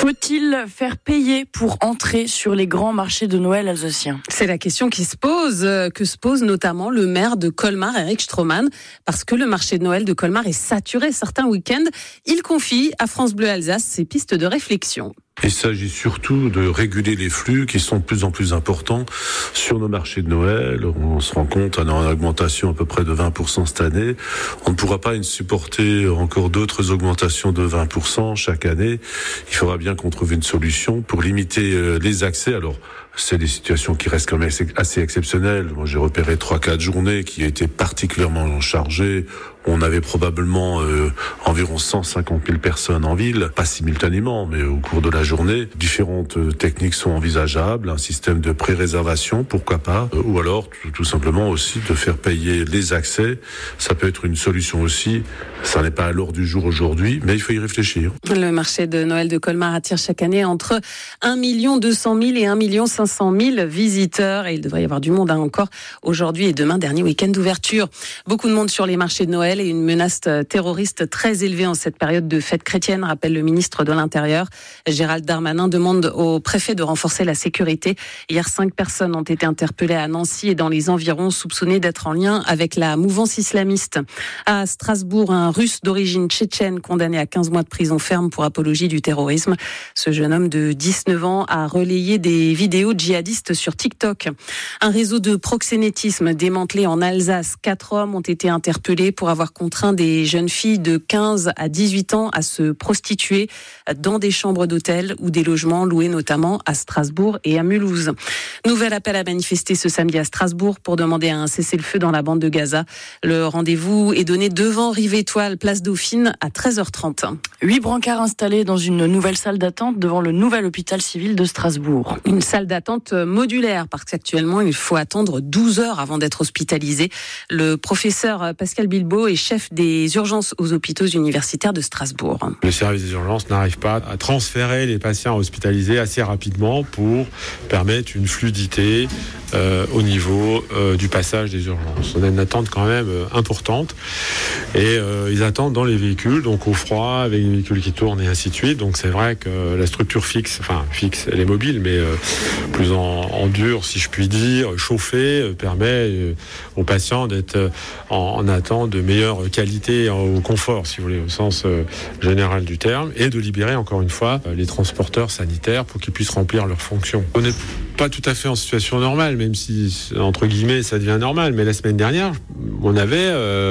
Faut-il faire payer pour entrer sur les grands marchés de Noël alsaciens ? C'est la question que se pose notamment le maire de Colmar, Eric Stroman, parce que le marché de Noël de Colmar est saturé certains week-ends. Il confie à France Bleu Alsace ses pistes de réflexion. Il s'agit surtout de réguler les flux qui sont de plus en plus importants sur nos marchés de Noël. On se rend compte, on est en augmentation à peu près de 20% cette année. On ne pourra pas supporter encore d'autres augmentations de 20% chaque année. Il faudra bien qu'on trouve une solution pour limiter les accès. Alors, c'est des situations qui restent quand même assez exceptionnelles. Moi, j'ai repéré 3-4 journées qui étaient particulièrement chargées. On avait probablement environ 150 000 personnes en ville, pas simultanément, mais au cours de la journée. Différentes techniques sont envisageables, un système de pré-réservation, pourquoi pas, ou alors tout simplement aussi de faire payer les accès. Ça peut être une solution aussi. Ça n'est pas à l'ordre du jour aujourd'hui, mais il faut y réfléchir. Le marché de Noël de Colmar attire chaque année entre 1 200 000 et 1 500 000 visiteurs. Et il devrait y avoir du monde encore aujourd'hui et demain, dernier week-end d'ouverture. Beaucoup de monde sur les marchés de Noël et une menace terroriste très élevée en cette période de fête chrétienne, rappelle le ministre de l'Intérieur. Gérald Darmanin demande au préfet de renforcer la sécurité. Hier, 5 personnes ont été interpellées à Nancy et dans les environs, soupçonnées d'être en lien avec la mouvance islamiste. À Strasbourg, un Russe d'origine tchétchène condamné à 15 mois de prison ferme pour apologie du terrorisme. Ce jeune homme de 19 ans a relayé des vidéos djihadistes sur TikTok. Un réseau de proxénétisme démantelé en Alsace. 4 hommes ont été interpellés pour avoir contraint des jeunes filles de 15 à 18 ans à se prostituer dans des chambres d'hôtel ou des logements loués notamment à Strasbourg et à Mulhouse. Nouvel appel à manifester ce samedi à Strasbourg pour demander un cessez-le-feu dans la bande de Gaza. Le rendez-vous est donné devant Rive-Étoile, place Dauphine à 13h30. 8 brancards installés dans une nouvelle salle d'attente devant le nouvel hôpital civil de Strasbourg. Une salle d'attente modulaire parce qu'actuellement il faut attendre 12 heures avant d'être hospitalisé. Le professeur Pascal Bilbao est chef des urgences aux hôpitaux universitaires de Strasbourg. Le service des urgences n'arrive pas à transférer les patients hospitalisés assez rapidement pour permettre une fluidité au niveau du passage des urgences. On a une attente quand même importante et ils attendent dans les véhicules, donc au froid, avec les véhicules qui tournent et ainsi de suite. Donc c'est vrai que la structure fixe, elle est mobile, mais plus en dur, si je puis dire, chauffée, permet aux patients d'être en attente de meilleure qualité au confort, si vous voulez, au sens général du terme, et de libérer encore une fois les transporteurs sanitaires pour qu'ils puissent remplir leurs fonctions. On n'est pas tout à fait en situation normale, même si, entre guillemets, ça devient normal. Mais la semaine dernière, on avait,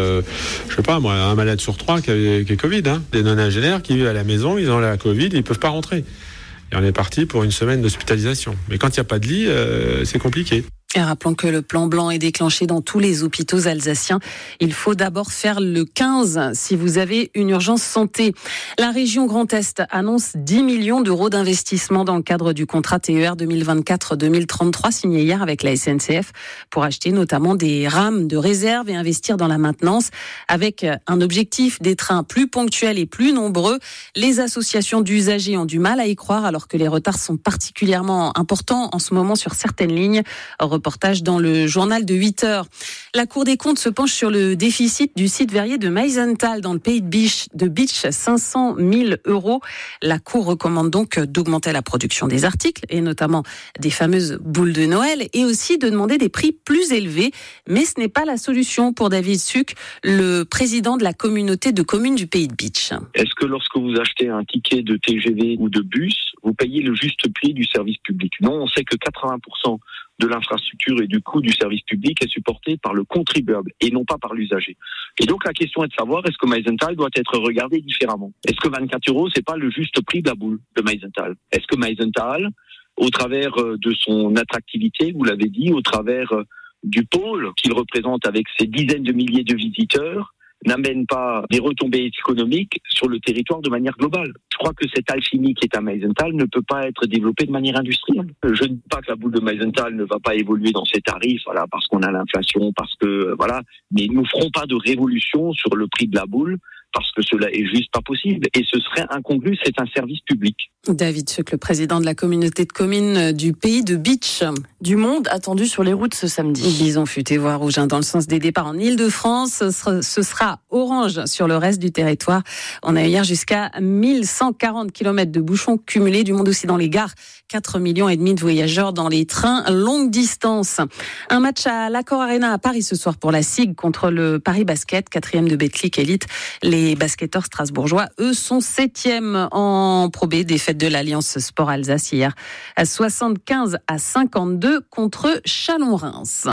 un malade sur 3 qui a Covid. Des non-ingénieurs qui vivent à la maison, ils ont la Covid, ils ne peuvent pas rentrer. Et on est parti pour une semaine d'hospitalisation. Mais quand il n'y a pas de lit, c'est compliqué. Et rappelons que le plan blanc est déclenché dans tous les hôpitaux alsaciens. Il faut d'abord faire le 15 si vous avez une urgence santé. La région Grand Est annonce 10 millions d'euros d'investissement dans le cadre du contrat TER 2024-2033 signé hier avec la SNCF pour acheter notamment des rames de réserve et investir dans la maintenance avec un objectif des trains plus ponctuels et plus nombreux. Les associations d'usagers ont du mal à y croire alors que les retards sont particulièrement importants en ce moment sur certaines lignes. Reportage dans le journal de 8 heures. La Cour des comptes se penche sur le déficit du site verrier de Meisenthal dans le pays de Bitche, 500 000 €. La Cour recommande donc d'augmenter la production des articles et notamment des fameuses boules de Noël et aussi de demander des prix plus élevés. Mais ce n'est pas la solution pour David Suc, le président de la communauté de communes du pays de Bitche. Est-ce que lorsque vous achetez un ticket de TGV ou de bus, vous payez le juste prix du service public ? Non, on sait que 80% de l'infrastructure et du coût du service public est supporté par le contribuable et non pas par l'usager. Et donc la question est de savoir, est-ce que Meisenthal doit être regardé différemment ? Est-ce que 24 €, c'est pas le juste prix de la boule de Meisenthal ? Est-ce que Meisenthal, au travers de son attractivité, vous l'avez dit, au travers du pôle qu'il représente avec ses dizaines de milliers de visiteurs, n'amène pas des retombées économiques sur le territoire de manière globale. Je crois que cette alchimie qui est à Meisenthal ne peut pas être développée de manière industrielle. Je ne dis pas que la boule de Meisenthal ne va pas évoluer dans ses tarifs, parce qu'on a l'inflation, mais nous ne ferons pas de révolution sur le prix de la boule, parce que cela est juste pas possible. Et ce serait incongru, c'est un service public. David Suc, le président de la communauté de communes du pays de Bitche. Du monde attendu sur les routes ce samedi. Bison futé voie rouge dans le sens des départs en Ile-de-France. Ce sera orange sur le reste du territoire. On a eu hier jusqu'à 1140 km de bouchons cumulés. Du monde aussi dans les gares. 4,5 millions de voyageurs dans les trains longue distance. Un match à l'Accor Arena à Paris ce soir pour la SIG contre le Paris Basket, 4e de Betclic Elite. Les basketteurs strasbourgeois, eux, sont 7e en Pro B. Défaite de l'Alliance Sport Alsace hier à 75-52 contre Chalon-Reims.